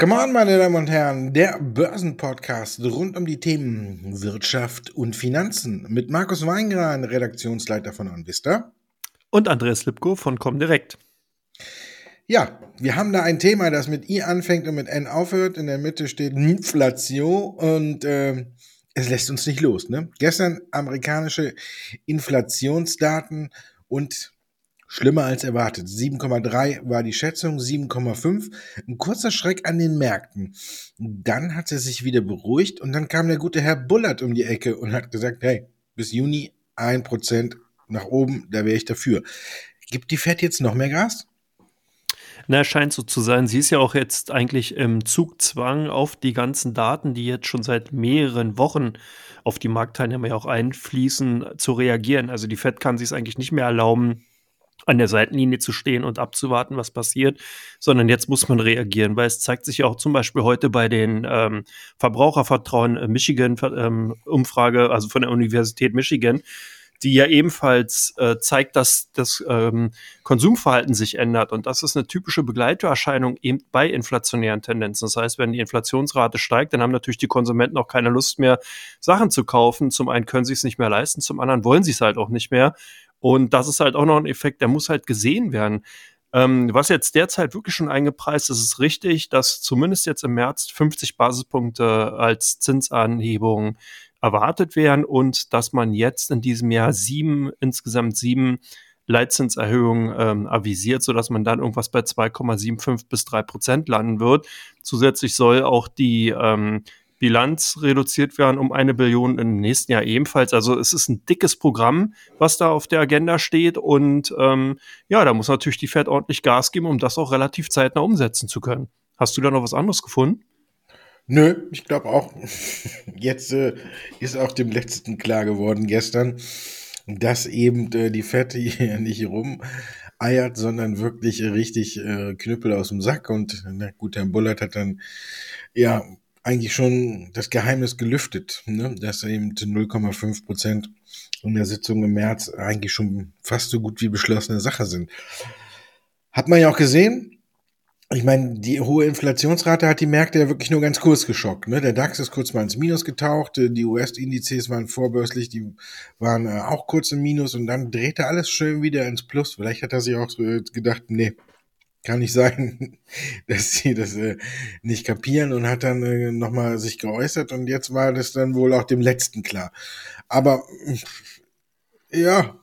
Come on, meine Damen und Herren, der Börsenpodcast rund um die Themen Wirtschaft und Finanzen mit Markus Weingran, Redaktionsleiter von OnVista. Und Andreas Lipko von Comdirect. Ja, wir haben da ein Thema, das mit I anfängt und mit N aufhört. In der Mitte steht Inflation und es lässt uns nicht los. Ne? Gestern amerikanische Inflationsdaten und schlimmer als erwartet. 7,3 war die Schätzung, 7,5. Ein kurzer Schreck an den Märkten. Dann hat es sich wieder beruhigt und dann kam der gute Herr Bullard um die Ecke und hat gesagt, hey, bis Juni 1% nach oben, da wäre ich dafür. Gibt die Fed jetzt noch mehr Gas? Na, scheint so zu sein. Sie ist ja auch jetzt eigentlich im Zugzwang auf die ganzen Daten, die jetzt schon seit mehreren Wochen auf die Marktteilnehmer ja auch einfließen, zu reagieren. Also die Fed kann sich es eigentlich nicht mehr erlauben, an der Seitenlinie zu stehen und abzuwarten, was passiert, sondern jetzt muss man reagieren, weil es zeigt sich ja auch zum Beispiel heute bei den Verbrauchervertrauen Michigan-Umfrage, also von der Universität Michigan, die ja ebenfalls zeigt, dass das Konsumverhalten sich ändert. Und das ist eine typische Begleiterscheinung eben bei inflationären Tendenzen. Das heißt, wenn die Inflationsrate steigt, dann haben natürlich die Konsumenten auch keine Lust mehr, Sachen zu kaufen. Zum einen können sie es nicht mehr leisten, zum anderen wollen sie es halt auch nicht mehr. Und das ist halt auch noch ein Effekt, der muss halt gesehen werden. Was jetzt derzeit wirklich schon eingepreist ist, ist richtig, dass zumindest jetzt im März 50 Basispunkte als Zinsanhebung erwartet werden und dass man jetzt in diesem Jahr insgesamt sieben Leitzinserhöhungen avisiert, sodass man dann irgendwas bei 2,75 bis 3% landen wird. Zusätzlich soll auch die Bilanz reduziert werden um 1 Billion im nächsten Jahr ebenfalls. Also es ist ein dickes Programm, was da auf der Agenda steht und da muss natürlich die Fed ordentlich Gas geben, um das auch relativ zeitnah umsetzen zu können. Hast du da noch was anderes gefunden? Nö, ich glaube auch, jetzt ist auch dem Letzten klar geworden gestern, dass eben die Fed hier nicht rumeiert, sondern wirklich richtig Knüppel aus dem Sack. Und na gut, Herr Bullard hat dann ja eigentlich schon das Geheimnis gelüftet, ne? Dass eben 0,5% in der Sitzung im März eigentlich schon fast so gut wie beschlossene Sache sind. Hat man ja auch gesehen. Ich meine, die hohe Inflationsrate hat die Märkte ja wirklich nur ganz kurz geschockt. Ne? Der DAX ist kurz mal ins Minus getaucht, die US-Indizes waren vorbörslich, die waren auch kurz im Minus und dann drehte alles schön wieder ins Plus. Vielleicht hat er sich auch so gedacht, nee, kann nicht sein, dass sie das nicht kapieren und hat dann nochmal sich geäußert und jetzt war das dann wohl auch dem Letzten klar. Aber ja,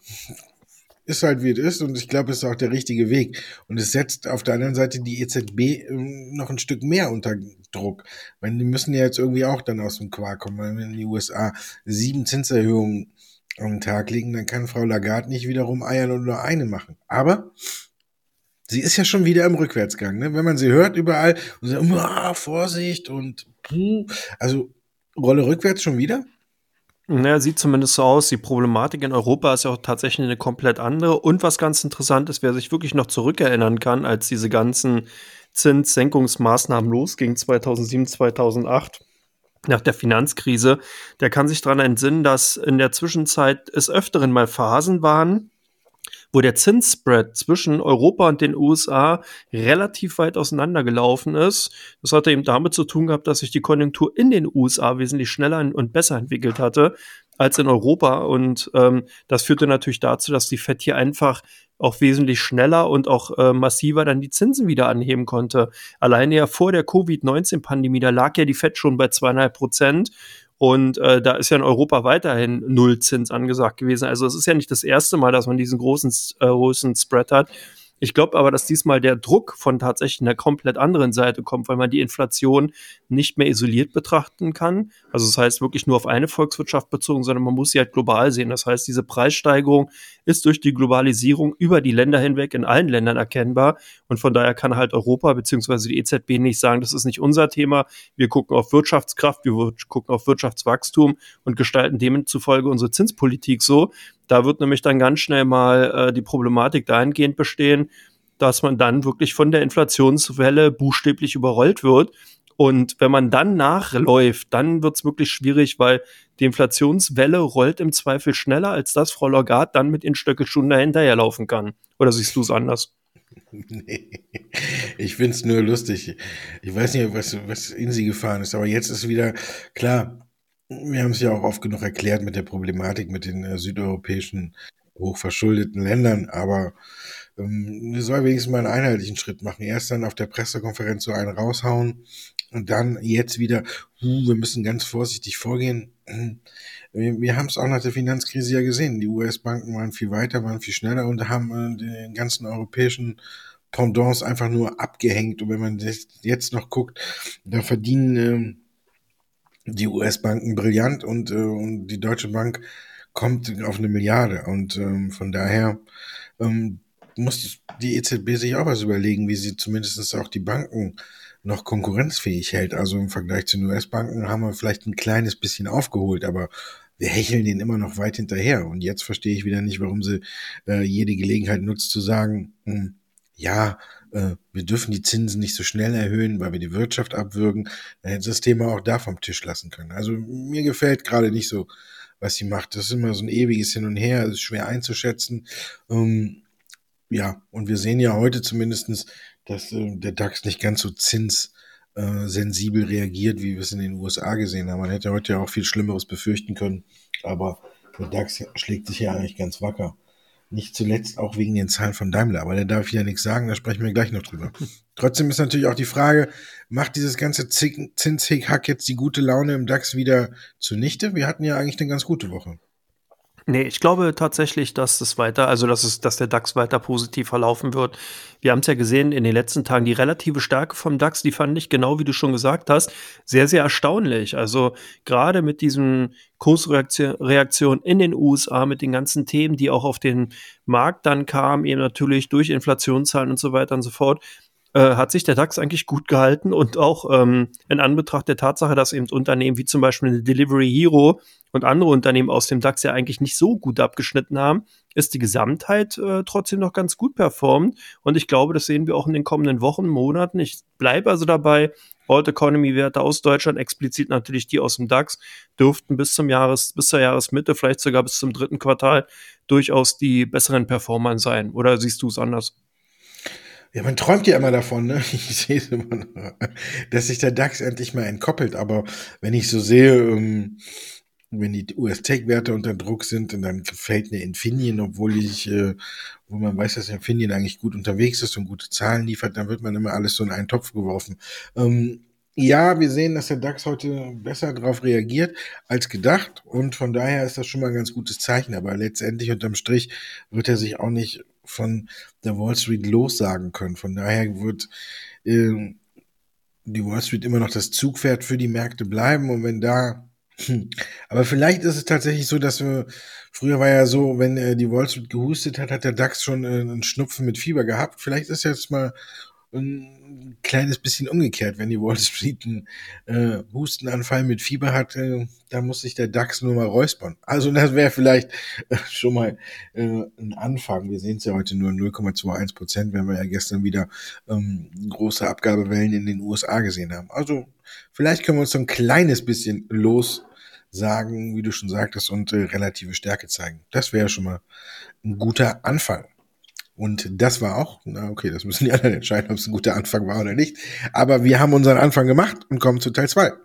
ist halt wie es ist und ich glaube, es ist auch der richtige Weg. Und es setzt auf der anderen Seite die EZB noch ein Stück mehr unter Druck. Weil die müssen ja jetzt irgendwie auch dann aus dem Quark kommen. Weil wenn die USA 7 Zinserhöhungen an den Tag legen, dann kann Frau Lagarde nicht wiederum eiern und nur eine machen. Aber sie ist ja schon wieder im Rückwärtsgang. Ne? Wenn man sie hört überall und sagt, Vorsicht und also Rolle rückwärts schon wieder? Naja, sieht zumindest so aus. Die Problematik in Europa ist ja auch tatsächlich eine komplett andere. Und was ganz interessant ist, wer sich wirklich noch zurückerinnern kann, als diese ganzen Zinssenkungsmaßnahmen losgingen 2007, 2008, nach der Finanzkrise, der kann sich daran entsinnen, dass in der Zwischenzeit es öfteren mal Phasen waren, wo der Zinsspread zwischen Europa und den USA relativ weit auseinandergelaufen ist. Das hatte eben damit zu tun gehabt, dass sich die Konjunktur in den USA wesentlich schneller und besser entwickelt hatte als in Europa. Und das führte natürlich dazu, dass die Fed hier einfach auch wesentlich schneller und auch massiver dann die Zinsen wieder anheben konnte. Alleine ja vor der Covid-19-Pandemie, da lag ja die Fed schon bei 2,5%. Und da ist ja in Europa weiterhin Nullzins angesagt gewesen. Also es ist ja nicht das erste Mal, dass man diesen großen Spread hat. Ich glaube aber, dass diesmal der Druck von tatsächlich einer komplett anderen Seite kommt, weil man die Inflation nicht mehr isoliert betrachten kann. Also das heißt wirklich nur auf eine Volkswirtschaft bezogen, sondern man muss sie halt global sehen. Das heißt, diese Preissteigerung ist durch die Globalisierung über die Länder hinweg in allen Ländern erkennbar. Und von daher kann halt Europa bzw. die EZB nicht sagen, das ist nicht unser Thema. Wir gucken auf Wirtschaftskraft, wir gucken auf Wirtschaftswachstum und gestalten demzufolge unsere Zinspolitik so. Da wird nämlich dann ganz schnell mal die Problematik dahingehend bestehen, dass man dann wirklich von der Inflationswelle buchstäblich überrollt wird. Und wenn man dann nachläuft, dann wird es wirklich schwierig, weil die Inflationswelle rollt im Zweifel schneller, als dass Frau Lagarde dann mit ihren Stöckelschuhen dahinterherlaufen kann. Oder siehst du es anders? Nee. Ich finde es nur lustig. Ich weiß nicht, was in sie gefahren ist, aber jetzt ist wieder klar. Wir haben es ja auch oft genug erklärt mit der Problematik mit den südeuropäischen hochverschuldeten Ländern, aber wir sollen wenigstens mal einen einheitlichen Schritt machen. Erst dann auf der Pressekonferenz so einen raushauen und dann jetzt wieder, wir müssen ganz vorsichtig vorgehen. Wir haben es auch nach der Finanzkrise ja gesehen. Die US-Banken waren viel weiter, waren viel schneller und haben den ganzen europäischen Pendants einfach nur abgehängt. Und wenn man das jetzt noch guckt, da verdienen die US-Banken brillant und die Deutsche Bank kommt auf 1 Milliarde. Und von daher ähm, muss die EZB sich auch was überlegen, wie sie zumindest auch die Banken noch konkurrenzfähig hält. Also im Vergleich zu den US-Banken haben wir vielleicht ein kleines bisschen aufgeholt, aber wir hecheln denen immer noch weit hinterher. Und jetzt verstehe ich wieder nicht, warum sie jede Gelegenheit nutzt zu sagen, ja, wir dürfen die Zinsen nicht so schnell erhöhen, weil wir die Wirtschaft abwürgen. Dann hätten sie das Thema auch da vom Tisch lassen können. Also mir gefällt gerade nicht so, was sie macht. Das ist immer so ein ewiges Hin und Her, das ist schwer einzuschätzen. Ja, und wir sehen ja heute zumindestens, dass der DAX nicht ganz so sensibel reagiert, wie wir es in den USA gesehen haben. Man hätte heute ja auch viel Schlimmeres befürchten können, aber der DAX schlägt sich ja eigentlich ganz wacker. Nicht zuletzt auch wegen den Zahlen von Daimler, aber da darf ich ja nichts sagen, da sprechen wir gleich noch drüber. Trotzdem ist natürlich auch die Frage, macht dieses ganze Zinshickhack jetzt die gute Laune im DAX wieder zunichte? Wir hatten ja eigentlich eine ganz gute Woche. Nee, ich glaube tatsächlich, dass der DAX weiter positiv verlaufen wird. Wir haben es ja gesehen in den letzten Tagen, die relative Stärke vom DAX, die fand ich genau, wie du schon gesagt hast, sehr, sehr erstaunlich. Also gerade mit diesen Kursreaktionen in den USA, mit den ganzen Themen, die auch auf den Markt dann kamen, eben natürlich durch Inflationszahlen und so weiter und so fort, hat sich der DAX eigentlich gut gehalten und auch in Anbetracht der Tatsache, dass eben Unternehmen wie zum Beispiel eine Delivery Hero und andere Unternehmen aus dem DAX ja eigentlich nicht so gut abgeschnitten haben, ist die Gesamtheit trotzdem noch ganz gut performt. Und ich glaube, das sehen wir auch in den kommenden Wochen, Monaten. Ich bleibe also dabei, Old Economy Werte aus Deutschland, explizit natürlich die aus dem DAX, dürften bis zur Jahresmitte, vielleicht sogar bis zum 3. Quartal, durchaus die besseren Performern sein. Oder siehst du es anders? Ja, man träumt ja immer davon, ne? Ich sehe es immer noch, dass sich der DAX endlich mal entkoppelt. Aber wenn ich so sehe, wenn die US-Tech-Werte unter Druck sind und dann fällt eine Infineon, wo man weiß, dass Infineon eigentlich gut unterwegs ist und gute Zahlen liefert, dann wird man immer alles so in einen Topf geworfen. Ja, wir sehen, dass der DAX heute besser darauf reagiert als gedacht und von daher ist das schon mal ein ganz gutes Zeichen. Aber letztendlich unterm Strich wird er sich auch nicht von der Wall Street lossagen können. Von daher wird äh, die Wall Street immer noch das Zugpferd für die Märkte bleiben und wenn da aber vielleicht ist es tatsächlich so, dass früher war ja so, wenn die Wall Street gehustet hat, hat der DAX schon einen Schnupfen mit Fieber gehabt. Vielleicht ist jetzt mal ein kleines bisschen umgekehrt, wenn die Wall Street einen Hustenanfall mit Fieber hat, da muss sich der DAX nur mal räuspern. Also das wäre vielleicht schon mal ein Anfang. Wir sehen es ja heute nur 0,21%, wenn wir ja gestern wieder große Abgabewellen in den USA gesehen haben. Also vielleicht können wir uns so ein kleines bisschen sagen, wie du schon sagtest, und relative Stärke zeigen. Das wäre schon mal ein guter Anfang. Und das war auch, na okay, das müssen die anderen entscheiden, ob es ein guter Anfang war oder nicht. Aber wir haben unseren Anfang gemacht und kommen zu Teil 2.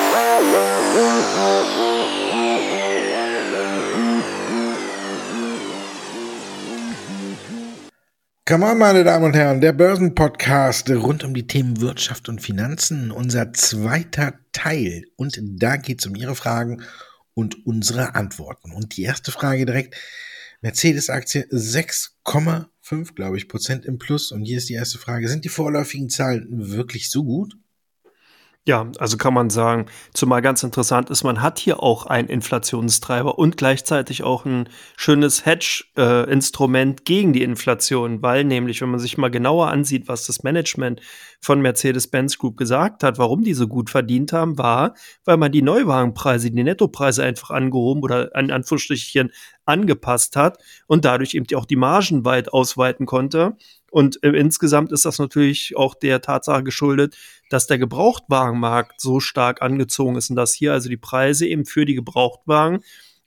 Come on, meine Damen und Herren, der Börsenpodcast rund um die Themen Wirtschaft und Finanzen, unser zweiter Teil. Und da geht es um Ihre Fragen und unsere Antworten. Und die erste Frage direkt, Mercedes-Aktie 6,5, glaube ich, Prozent im Plus. Und hier ist die erste Frage, sind die vorläufigen Zahlen wirklich so gut? Ja, also kann man sagen, zumal ganz interessant ist, man hat hier auch einen Inflationstreiber und gleichzeitig auch ein schönes Hedge-Instrument gegen die Inflation, weil nämlich, wenn man sich mal genauer ansieht, was das Management von Mercedes-Benz Group gesagt hat, warum die so gut verdient haben, war, weil man die Neuwagenpreise, die Nettopreise einfach angehoben oder in Anführungsstrichen angepasst hat und dadurch eben auch die Margen weit ausweiten konnte. Und insgesamt ist das natürlich auch der Tatsache geschuldet, dass der Gebrauchtwagenmarkt so stark angezogen ist und dass hier also die Preise eben für die Gebrauchtwagen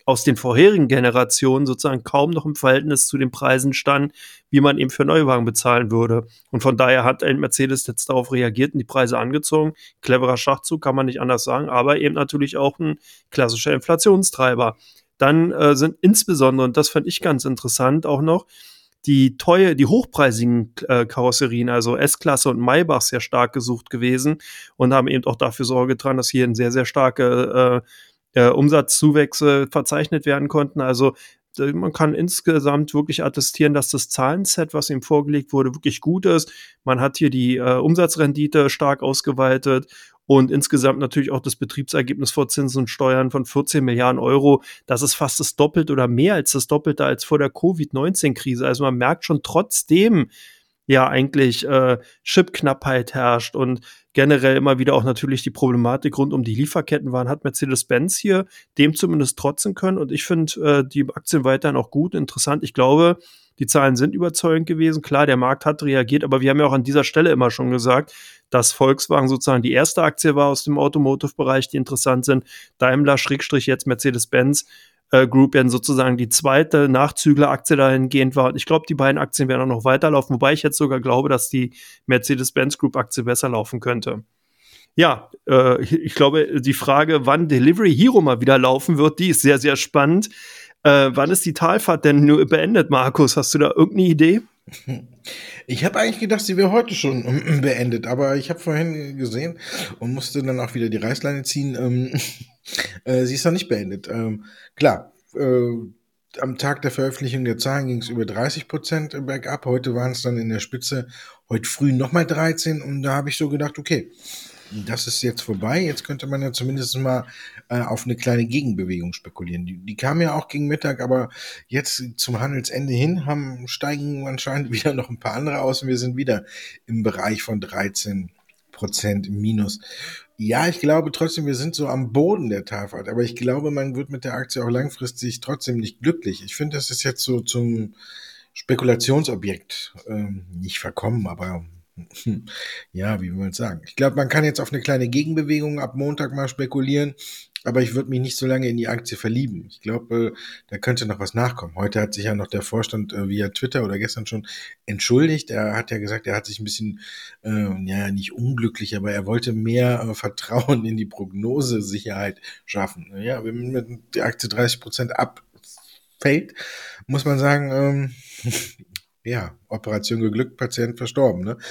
aus den vorherigen Generationen sozusagen kaum noch im Verhältnis zu den Preisen stand, wie man eben für Neuwagen bezahlen würde. Und von daher hat ein Mercedes jetzt darauf reagiert und die Preise angezogen. Cleverer Schachzug, kann man nicht anders sagen, aber eben natürlich auch ein klassischer Inflationstreiber. Dann sind insbesondere, und das fand ich ganz interessant auch noch, die hochpreisigen Karosserien, also S-Klasse und Maybach, sehr stark gesucht gewesen und haben eben auch dafür Sorge getragen, dass hier ein sehr, sehr starke Umsatzzuwächse verzeichnet werden konnten. Also man kann insgesamt wirklich attestieren, dass das Zahlenset, was ihm vorgelegt wurde, wirklich gut ist. Man hat hier die Umsatzrendite stark ausgeweitet und insgesamt natürlich auch das Betriebsergebnis vor Zinsen und Steuern von 14 Milliarden Euro. Das ist fast das Doppelte oder mehr als das Doppelte als vor der Covid-19-Krise. Also man merkt schon trotzdem, ja eigentlich Chipknappheit herrscht und generell immer wieder auch natürlich die Problematik rund um die Lieferketten waren, hat Mercedes-Benz hier dem zumindest trotzen können. Und ich finde die Aktien weiterhin auch gut, interessant. Ich glaube, die Zahlen sind überzeugend gewesen. Klar, der Markt hat reagiert, aber wir haben ja auch an dieser Stelle immer schon gesagt, dass Volkswagen sozusagen die erste Aktie war aus dem Automotive-Bereich, die interessant sind. Daimler, jetzt Mercedes-Benz Group ja sozusagen die zweite Nachzügleraktie dahingehend war. Und ich glaube, die beiden Aktien werden auch noch weiterlaufen, wobei ich jetzt sogar glaube, dass die Mercedes-Benz Group Aktie besser laufen könnte. Ja, ich glaube, die Frage, wann Delivery Hero mal wieder laufen wird, die ist sehr, sehr spannend. Wann ist die Talfahrt denn nur beendet, Markus? Hast du da irgendeine Idee? Ich habe eigentlich gedacht, sie wäre heute schon beendet, aber ich habe vorhin gesehen und musste dann auch wieder die Reißleine ziehen. Sie ist noch nicht beendet. Klar, am Tag der Veröffentlichung der Zahlen ging es über 30% bergab. Heute waren es dann in der Spitze, heute früh nochmal 13 und da habe ich so gedacht, okay, das ist jetzt vorbei. Jetzt könnte man ja zumindest mal auf eine kleine Gegenbewegung spekulieren. Die kam ja auch gegen Mittag, aber jetzt zum Handelsende hin steigen anscheinend wieder noch ein paar andere aus und wir sind wieder im Bereich von 13% im Minus. Ja, ich glaube trotzdem, wir sind so am Boden der Talfahrt, aber ich glaube, man wird mit der Aktie auch langfristig trotzdem nicht glücklich. Ich finde, das ist jetzt so zum Spekulationsobjekt nicht verkommen, aber ja, wie will man es sagen? Ich glaube, man kann jetzt auf eine kleine Gegenbewegung ab Montag mal spekulieren, aber ich würde mich nicht so lange in die Aktie verlieben. Ich glaube, da könnte noch was nachkommen. Heute hat sich ja noch der Vorstand via Twitter oder gestern schon entschuldigt. Er hat ja gesagt, er hat sich ein bisschen, ja, nicht unglücklich, aber er wollte mehr Vertrauen in die Prognosesicherheit schaffen. Ja, wenn die Aktie 30% abfällt, muss man sagen, ja, Operation geglückt, Patient verstorben. Ne?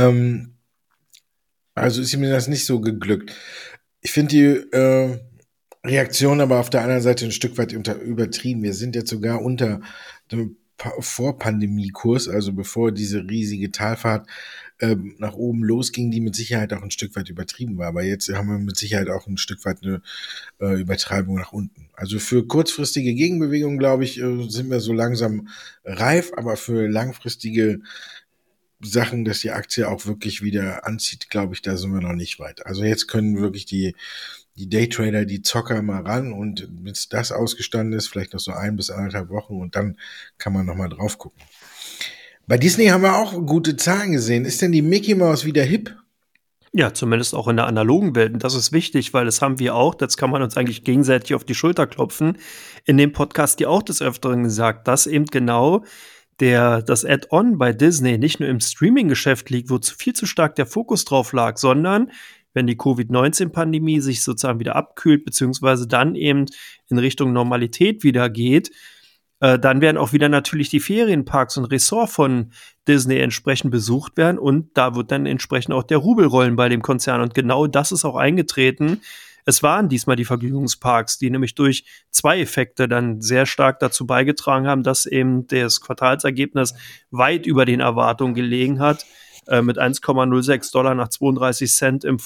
Also ist mir das nicht so geglückt. Ich finde die Reaktion aber auf der anderen Seite ein Stück weit übertrieben. Wir sind jetzt sogar unter dem Vorpandemie-Kurs, also bevor diese riesige Talfahrt nach oben losging, die mit Sicherheit auch ein Stück weit übertrieben war. Aber jetzt haben wir mit Sicherheit auch ein Stück weit eine Übertreibung nach unten. Also für kurzfristige Gegenbewegungen, glaube ich, sind wir so langsam reif, aber für langfristige Sachen, dass die Aktie auch wirklich wieder anzieht, glaube ich, da sind wir noch nicht weit. Also jetzt können wirklich die Daytrader, die Zocker mal ran und bis das ausgestanden ist, vielleicht noch so 1 bis 1,5 Wochen und dann kann man nochmal drauf gucken. Bei Disney haben wir auch gute Zahlen gesehen. Ist denn die Mickey Mouse wieder hip? Ja, zumindest auch in der analogen Welt. Und das ist wichtig, weil das haben wir auch, das kann man uns eigentlich gegenseitig auf die Schulter klopfen, in dem Podcast ja auch des Öfteren gesagt, dass eben genau das Add-on bei Disney nicht nur im Streaming-Geschäft liegt, wo viel zu stark der Fokus drauf lag, sondern wenn die Covid-19-Pandemie sich sozusagen wieder abkühlt, beziehungsweise dann eben in Richtung Normalität wieder geht, dann werden auch wieder natürlich die Ferienparks und Resort von Disney entsprechend besucht werden und da wird dann entsprechend auch der Rubel rollen bei dem Konzern und genau das ist auch eingetreten. Es waren diesmal die Vergnügungsparks, die nämlich durch 2 Effekte dann sehr stark dazu beigetragen haben, dass eben das Quartalsergebnis weit über den Erwartungen gelegen hat, mit $1,06 nach 32 Cent im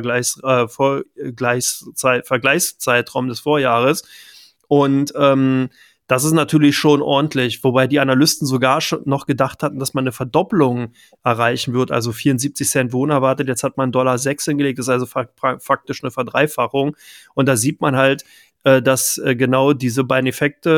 Vergleichszeitraum des Vorjahres. Und das ist natürlich schon ordentlich, wobei die Analysten sogar schon noch gedacht hatten, dass man eine Verdoppelung erreichen wird, also 74 Cent wurden erwartet, jetzt hat man $1,06 hingelegt, das ist also faktisch eine Verdreifachung und da sieht man halt, dass genau diese beiden Effekte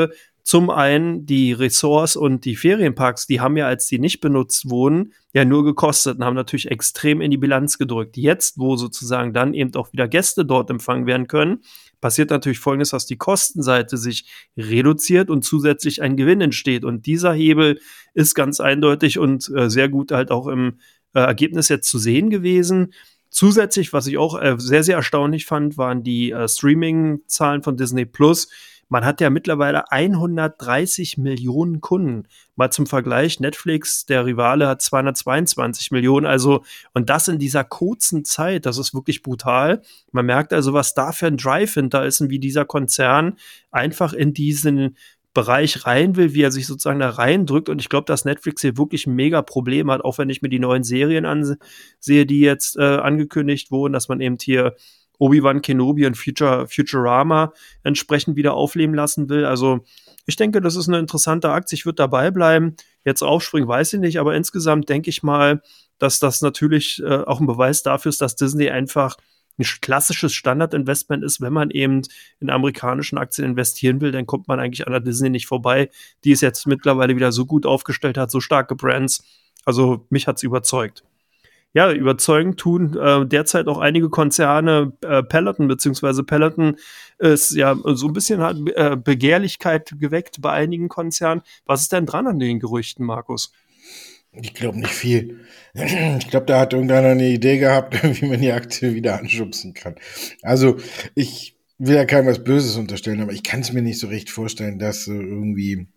Zum einen die Ressorts und die Ferienparks, die haben ja, als die nicht benutzt wurden, ja nur gekostet und haben natürlich extrem in die Bilanz gedrückt. Jetzt, wo sozusagen dann eben auch wieder Gäste dort empfangen werden können, passiert natürlich Folgendes, dass die Kostenseite sich reduziert und zusätzlich ein Gewinn entsteht. Und dieser Hebel ist ganz eindeutig und sehr gut halt auch im Ergebnis jetzt zu sehen gewesen. Zusätzlich, was ich auch sehr, sehr erstaunlich fand, waren die Streaming-Zahlen von Disney Plus. Man hat ja mittlerweile 130 Millionen Kunden. Mal zum Vergleich, Netflix, der Rivale, hat 222 Millionen. Also, und das in dieser kurzen Zeit, das ist wirklich brutal. Man merkt also, was da für ein Drive hinter ist und wie dieser Konzern einfach in diesen Bereich rein will, wie er sich sozusagen da reindrückt. Und ich glaube, dass Netflix hier wirklich ein mega Problem hat, auch wenn ich mir die neuen Serien ansehe, die jetzt angekündigt wurden, dass man eben hier Obi-Wan Kenobi und Futurama entsprechend wieder aufleben lassen will. Also ich denke, das ist eine interessante Aktie. Ich würde dabei bleiben. Jetzt aufspringen, weiß ich nicht, aber insgesamt denke ich mal, dass das natürlich auch ein Beweis dafür ist, dass Disney einfach ein klassisches Standardinvestment ist. Wenn man eben in amerikanischen Aktien investieren will, dann kommt man eigentlich an der Disney nicht vorbei, die es jetzt mittlerweile wieder so gut aufgestellt hat, so starke Brands. Also mich hat's überzeugt. Ja, überzeugend tun derzeit auch einige Konzerne. Peloton beziehungsweise Peloton ist ja so ein bisschen hat Begehrlichkeit geweckt bei einigen Konzernen. Was ist denn dran an den Gerüchten, Markus? Ich glaube nicht viel. Ich glaube, da hat irgendeiner eine Idee gehabt, wie man die Aktie wieder anschubsen kann. Also, ich will ja keinem was Böses unterstellen, aber ich kann es mir nicht so recht vorstellen, dass irgendwie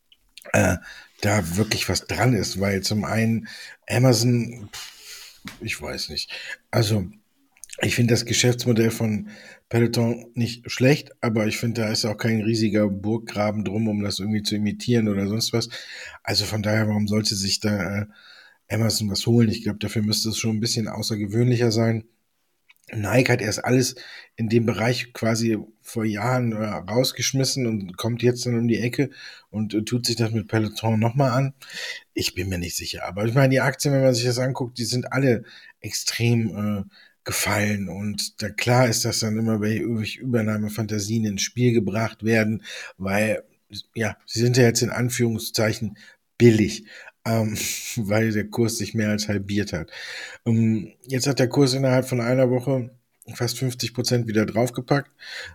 da wirklich was dran ist, weil zum einen Amazon, ich weiß nicht. Also, ich finde das Geschäftsmodell von Peloton nicht schlecht, aber ich finde, da ist auch kein riesiger Burggraben drum, um das irgendwie zu imitieren oder sonst was. Also von daher, warum sollte sich da Amazon was holen? Ich glaube, dafür müsste es schon ein bisschen außergewöhnlicher sein. Nike hat erst alles in dem Bereich quasi vor Jahren rausgeschmissen und kommt jetzt dann um die Ecke und tut sich das mit Peloton nochmal an. Ich bin mir nicht sicher. Aber ich meine, die Aktien, wenn man sich das anguckt, die sind alle extrem gefallen. Und da klar ist, dass dann immer welche Übernahmefantasien ins Spiel gebracht werden, weil, ja, sie sind ja jetzt in Anführungszeichen billig, weil der Kurs sich mehr als halbiert hat. Jetzt hat der Kurs innerhalb von einer Woche fast 50% wieder draufgepackt.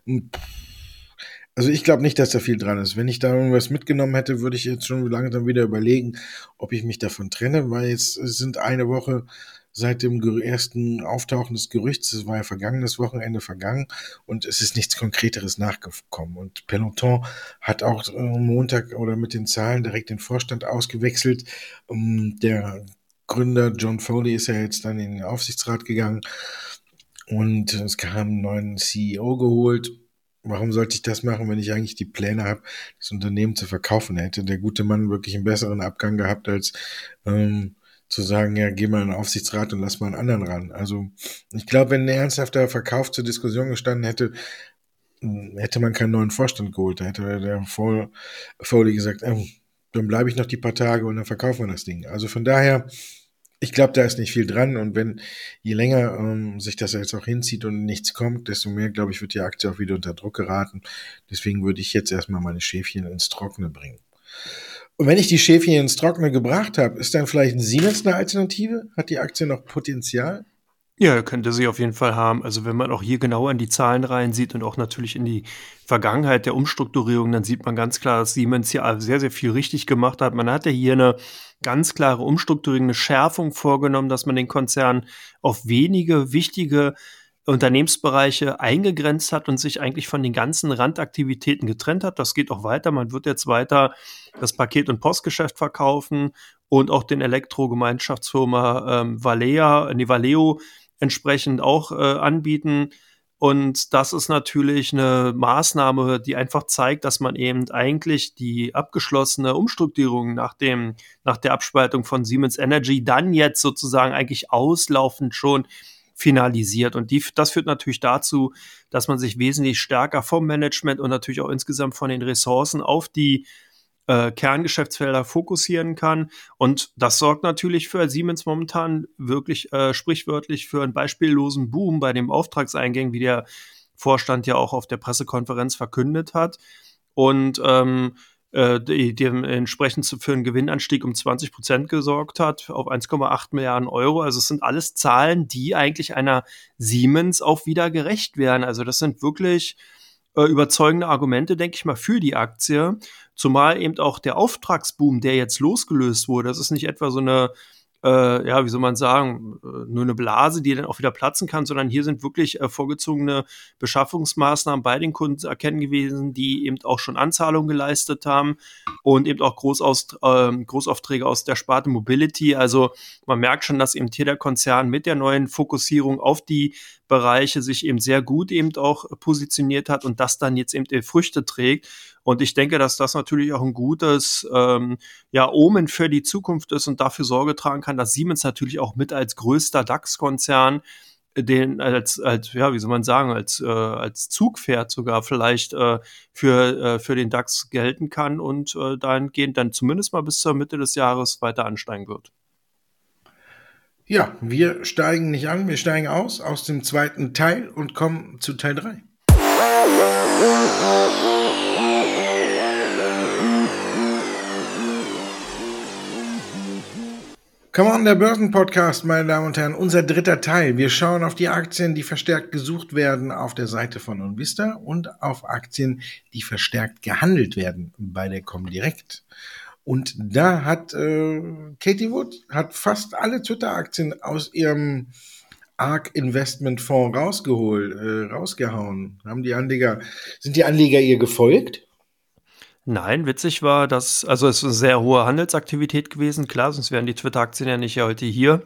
Also ich glaube nicht, dass da viel dran ist. Wenn ich da irgendwas mitgenommen hätte, würde ich jetzt schon langsam wieder überlegen, ob ich mich davon trenne, weil jetzt sind eine Woche seit dem ersten Auftauchen des Gerüchts, das war ja vergangenes Wochenende vergangen und es ist nichts Konkreteres nachgekommen. Und Peloton hat auch Montag oder mit den Zahlen direkt den Vorstand ausgewechselt. Der Gründer John Foley ist ja jetzt dann in den Aufsichtsrat gegangen und es kam einen neuen CEO geholt. Warum sollte ich das machen, wenn ich eigentlich die Pläne habe, das Unternehmen zu verkaufen? Hätte der gute Mann wirklich einen besseren Abgang gehabt, als zu sagen, ja, geh mal in den Aufsichtsrat und lass mal einen anderen ran. Also ich glaube, wenn ein ernsthafter Verkauf zur Diskussion gestanden hätte, hätte man keinen neuen Vorstand geholt. Da hätte der Foley gesagt, dann bleibe ich noch die paar Tage und dann verkaufen wir das Ding. Also von daher, ich glaube, da ist nicht viel dran und wenn je länger sich das jetzt auch hinzieht und nichts kommt, desto mehr, glaube ich, wird die Aktie auch wieder unter Druck geraten. Deswegen würde ich jetzt erstmal meine Schäfchen ins Trockene bringen. Und wenn ich die Schäfchen ins Trockene gebracht habe, ist dann vielleicht ein Siemens eine Alternative? Hat die Aktie noch Potenzial? Ja, könnte sie auf jeden Fall haben. Also wenn man auch hier genau in die Zahlen reinsieht und auch natürlich in die Vergangenheit der Umstrukturierung, dann sieht man ganz klar, dass Siemens hier sehr, sehr viel richtig gemacht hat. Man hatte hier eine ganz klare Umstrukturierung, eine Schärfung vorgenommen, dass man den Konzern auf wenige wichtige Unternehmensbereiche eingegrenzt hat und sich eigentlich von den ganzen Randaktivitäten getrennt hat. Das geht auch weiter. Man wird jetzt weiter das Paket- und Postgeschäft verkaufen und auch den Elektrogemeinschaftsfirma Valeo entsprechend auch anbieten. Und das ist natürlich eine Maßnahme, die einfach zeigt, dass man eben eigentlich die abgeschlossene Umstrukturierung nach der Abspaltung von Siemens Energy dann jetzt sozusagen eigentlich auslaufend schon finalisiert. Und das führt natürlich dazu, dass man sich wesentlich stärker vom Management und natürlich auch insgesamt von den Ressourcen auf die Kerngeschäftsfelder fokussieren kann. Und das sorgt natürlich für Siemens momentan wirklich sprichwörtlich für einen beispiellosen Boom bei den Auftragseingängen, wie der Vorstand ja auch auf der Pressekonferenz verkündet hat. Und die entsprechend für einen Gewinnanstieg um 20% gesorgt hat auf 1,8 Milliarden Euro. Also es sind alles Zahlen, die eigentlich einer Siemens auch wieder gerecht werden. Also das sind wirklich überzeugende Argumente, denke ich mal, für die Aktie. Zumal eben auch der Auftragsboom, der jetzt losgelöst wurde, das ist nicht etwa so eine ja, wie soll man sagen, nur eine Blase, die dann auch wieder platzen kann, sondern hier sind wirklich vorgezogene Beschaffungsmaßnahmen bei den Kunden zu erkennen gewesen, die eben auch schon Anzahlungen geleistet haben und eben auch Großaufträge aus der Sparte Mobility. Also man merkt schon, dass eben hier der Konzern mit der neuen Fokussierung auf die Bereiche sich eben sehr gut eben auch positioniert hat und das dann jetzt eben die Früchte trägt. Und ich denke, dass das natürlich auch ein gutes ja, Omen für die Zukunft ist und dafür Sorge tragen kann, dass Siemens natürlich auch mit als größter DAX-Konzern den als ja, wie soll man sagen, als Zugpferd sogar vielleicht für den DAX gelten kann und dahingehend dann zumindest mal bis zur Mitte des Jahres weiter ansteigen wird. Ja, wir steigen nicht an, wir steigen aus dem zweiten Teil und kommen zu Teil 3. Come on, der Börsenpodcast, meine Damen und Herren, unser dritter Teil. Wir schauen auf die Aktien, die verstärkt gesucht werden auf der Seite von Onvista und auf Aktien, die verstärkt gehandelt werden bei der Comdirect. Und da hat Katie Wood hat fast alle Twitter-Aktien aus ihrem ARK Investment Fonds rausgehauen. Sind die Anleger ihr gefolgt? Nein, witzig war, dass, also es ist eine sehr hohe Handelsaktivität gewesen, klar, sonst wären die Twitter-Aktien ja nicht heute hier.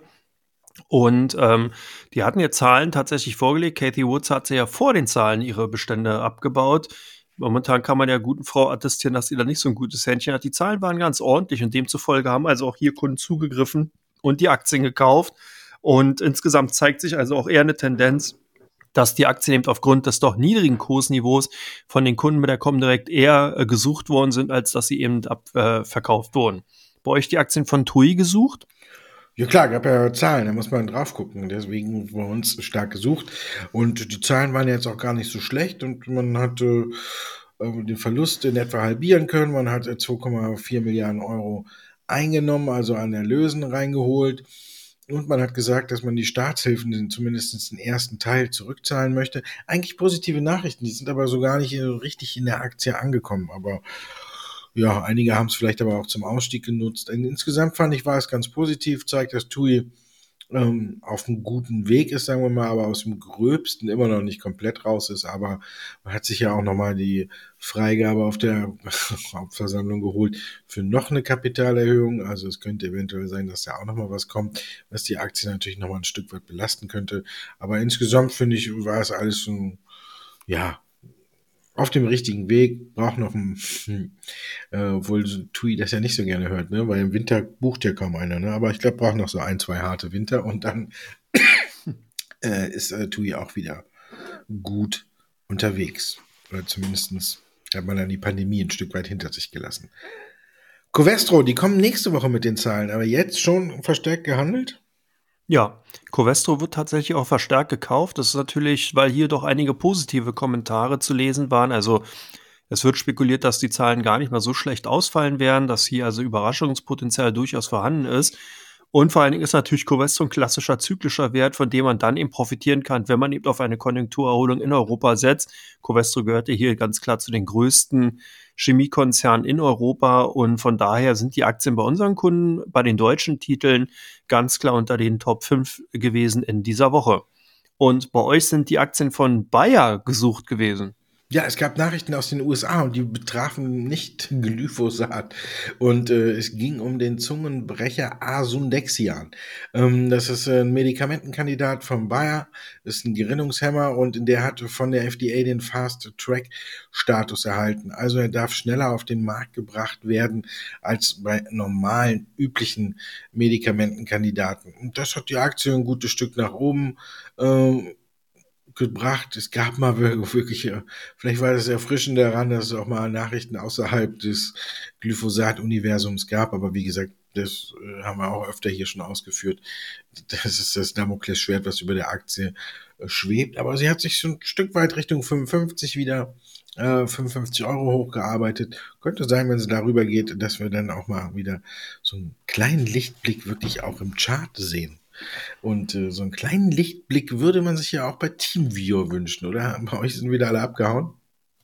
Und die hatten ja Zahlen tatsächlich vorgelegt. Cathie Woods hatte ja vor den Zahlen ihre Bestände abgebaut. Momentan kann man der guten Frau attestieren, dass sie da nicht so ein gutes Händchen hat. Die Zahlen waren ganz ordentlich und demzufolge haben also auch hier Kunden zugegriffen und die Aktien gekauft. Und insgesamt zeigt sich also auch eher eine Tendenz, dass die Aktien eben aufgrund des doch niedrigen Kursniveaus von den Kunden mit der Comdirect eher gesucht worden sind, als dass sie eben verkauft wurden. Bei euch die Aktien von TUI gesucht? Ja klar, gab ja Zahlen, da muss man drauf gucken. Deswegen bei uns stark gesucht. Und die Zahlen waren jetzt auch gar nicht so schlecht und man hatte den Verlust in etwa halbieren können. Man hat 2,4 Milliarden Euro eingenommen, also an Erlösen reingeholt. Und man hat gesagt, dass man die Staatshilfen, zumindest den ersten Teil, zurückzahlen möchte. Eigentlich positive Nachrichten, die sind aber so gar nicht richtig in der Aktie angekommen. Aber ja, einige haben es vielleicht aber auch zum Ausstieg genutzt. Insgesamt fand ich, war es ganz positiv, zeigt, dass TUI auf einem guten Weg ist, sagen wir mal, aber aus dem Gröbsten immer noch nicht komplett raus ist. Aber man hat sich ja auch nochmal die Freigabe auf der Hauptversammlung geholt für noch eine Kapitalerhöhung. Also es könnte eventuell sein, dass da auch nochmal was kommt, was die Aktie natürlich nochmal ein Stück weit belasten könnte. Aber insgesamt finde ich, war es alles so, ja, auf dem richtigen Weg, braucht noch ein, obwohl TUI das ja nicht so gerne hört, ne? Weil im Winter bucht ja kaum einer, ne? Aber ich glaube, braucht noch so 1, 2 harte Winter und dann ist TUI auch wieder gut unterwegs. Oder zumindest hat man dann die Pandemie ein Stück weit hinter sich gelassen. Covestro, die kommen nächste Woche mit den Zahlen, aber jetzt schon verstärkt gehandelt? Ja, Covestro wird tatsächlich auch verstärkt gekauft. Das ist natürlich, weil hier doch einige positive Kommentare zu lesen waren. Also es wird spekuliert, dass die Zahlen gar nicht mal so schlecht ausfallen werden, dass hier also Überraschungspotenzial durchaus vorhanden ist. Und vor allen Dingen ist natürlich Covestro ein klassischer zyklischer Wert, von dem man dann eben profitieren kann, wenn man eben auf eine Konjunkturerholung in Europa setzt. Covestro gehört ja hier ganz klar zu den größten Chemiekonzernen in Europa und von daher sind die Aktien bei unseren Kunden, bei den deutschen Titeln, ganz klar unter den Top 5 gewesen in dieser Woche. Und bei euch sind die Aktien von Bayer gesucht gewesen. Ja, es gab Nachrichten aus den USA und die betrafen nicht Glyphosat. Und es ging um den Zungenbrecher Asundexian. Das ist ein Medikamentenkandidat von Bayer, ist ein Gerinnungshemmer und der hat von der FDA den Fast-Track-Status erhalten. Also er darf schneller auf den Markt gebracht werden als bei normalen, üblichen Medikamentenkandidaten. Und das hat die Aktie ein gutes Stück nach oben gebracht. Es gab mal wirklich, vielleicht war das erfrischend daran, dass es auch mal Nachrichten außerhalb des Glyphosat-Universums gab, aber wie gesagt, das haben wir auch öfter hier schon ausgeführt. Das ist das Damoklesschwert, was über der Aktie schwebt, aber sie hat sich so ein Stück weit Richtung 55 wieder 55 Euro hochgearbeitet. Könnte sein, wenn es darüber geht, dass wir dann auch mal wieder so einen kleinen Lichtblick wirklich auch im Chart sehen. Und so einen kleinen Lichtblick würde man sich ja auch bei TeamViewer wünschen, oder? Bei euch sind wieder alle abgehauen?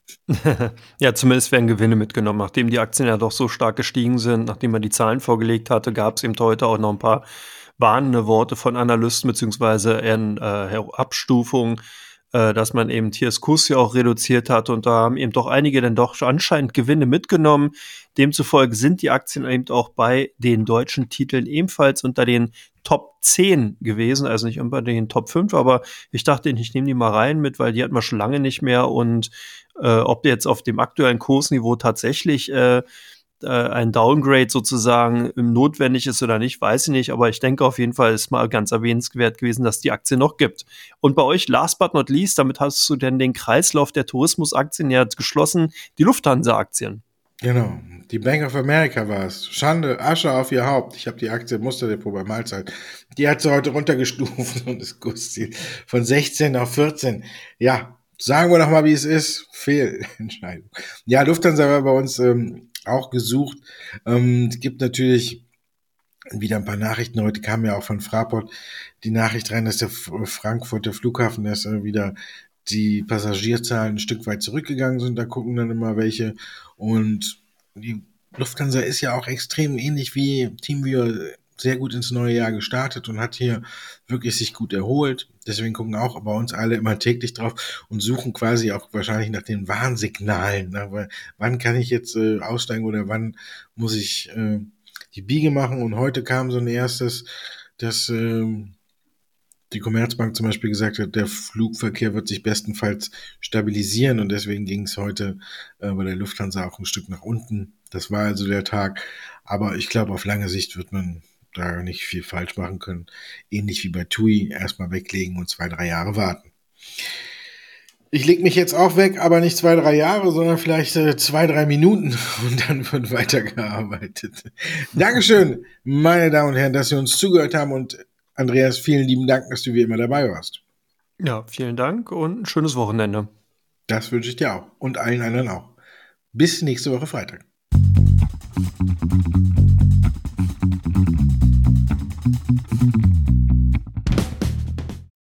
Ja, zumindest werden Gewinne mitgenommen. Nachdem die Aktien ja doch so stark gestiegen sind, nachdem man die Zahlen vorgelegt hatte, gab es eben heute auch noch ein paar warnende Worte von Analysten beziehungsweise Abstufungen, dass man eben hier das Kurs ja auch reduziert hat und da haben eben doch einige dann doch anscheinend Gewinne mitgenommen. Demzufolge sind die Aktien eben auch bei den deutschen Titeln ebenfalls unter den Top 10 gewesen, also nicht unter den Top 5, aber ich dachte, ich nehme die mal rein mit, weil die hatten wir schon lange nicht mehr und ob jetzt auf dem aktuellen Kursniveau tatsächlich ein Downgrade sozusagen notwendig ist oder nicht, weiß ich nicht, aber ich denke auf jeden Fall ist mal ganz erwähnenswert gewesen, dass die Aktie noch gibt. Und bei euch, last but not least, damit hast du denn den Kreislauf der Tourismusaktien ja geschlossen, die Lufthansa-Aktien. Genau, die Bank of America war es. Schande, Asche auf ihr Haupt. Ich habe die Aktie im Musterdepot bei Mahlzeit. Die hat sie heute runtergestuft und das Kursziel von 16 auf 14. Ja, sagen wir doch mal, wie es ist. Fehlentscheidung. Ja, Lufthansa war bei uns auch gesucht. Es gibt natürlich wieder ein paar Nachrichten. Heute kam ja auch von Fraport die Nachricht rein, dass der Frankfurter Flughafen, dass wieder die Passagierzahlen ein Stück weit zurückgegangen sind. Da gucken dann immer welche. Und die Lufthansa ist ja auch extrem ähnlich wie TeamViewer sehr gut ins neue Jahr gestartet und hat hier wirklich sich gut erholt. Deswegen gucken auch bei uns alle immer täglich drauf und suchen quasi auch wahrscheinlich nach den Warnsignalen. Ne? Wann kann ich jetzt aussteigen oder wann muss ich die Biege machen? Und heute kam so ein erstes, dass die Commerzbank zum Beispiel gesagt hat, der Flugverkehr wird sich bestenfalls stabilisieren und deswegen ging es heute bei der Lufthansa auch ein Stück nach unten. Das war also der Tag. Aber ich glaube, auf lange Sicht wird man da nicht viel falsch machen können. Ähnlich wie bei TUI, erstmal weglegen und 2, 3 Jahre warten. Ich leg mich jetzt auch weg, aber nicht 2, 3 Jahre, sondern vielleicht 2, 3 Minuten und dann wird weitergearbeitet. Dankeschön, meine Damen und Herren, dass Sie uns zugehört haben und Andreas, vielen lieben Dank, dass du wie immer dabei warst. Ja, vielen Dank und ein schönes Wochenende. Das wünsche ich dir auch und allen anderen auch. Bis nächste Woche Freitag.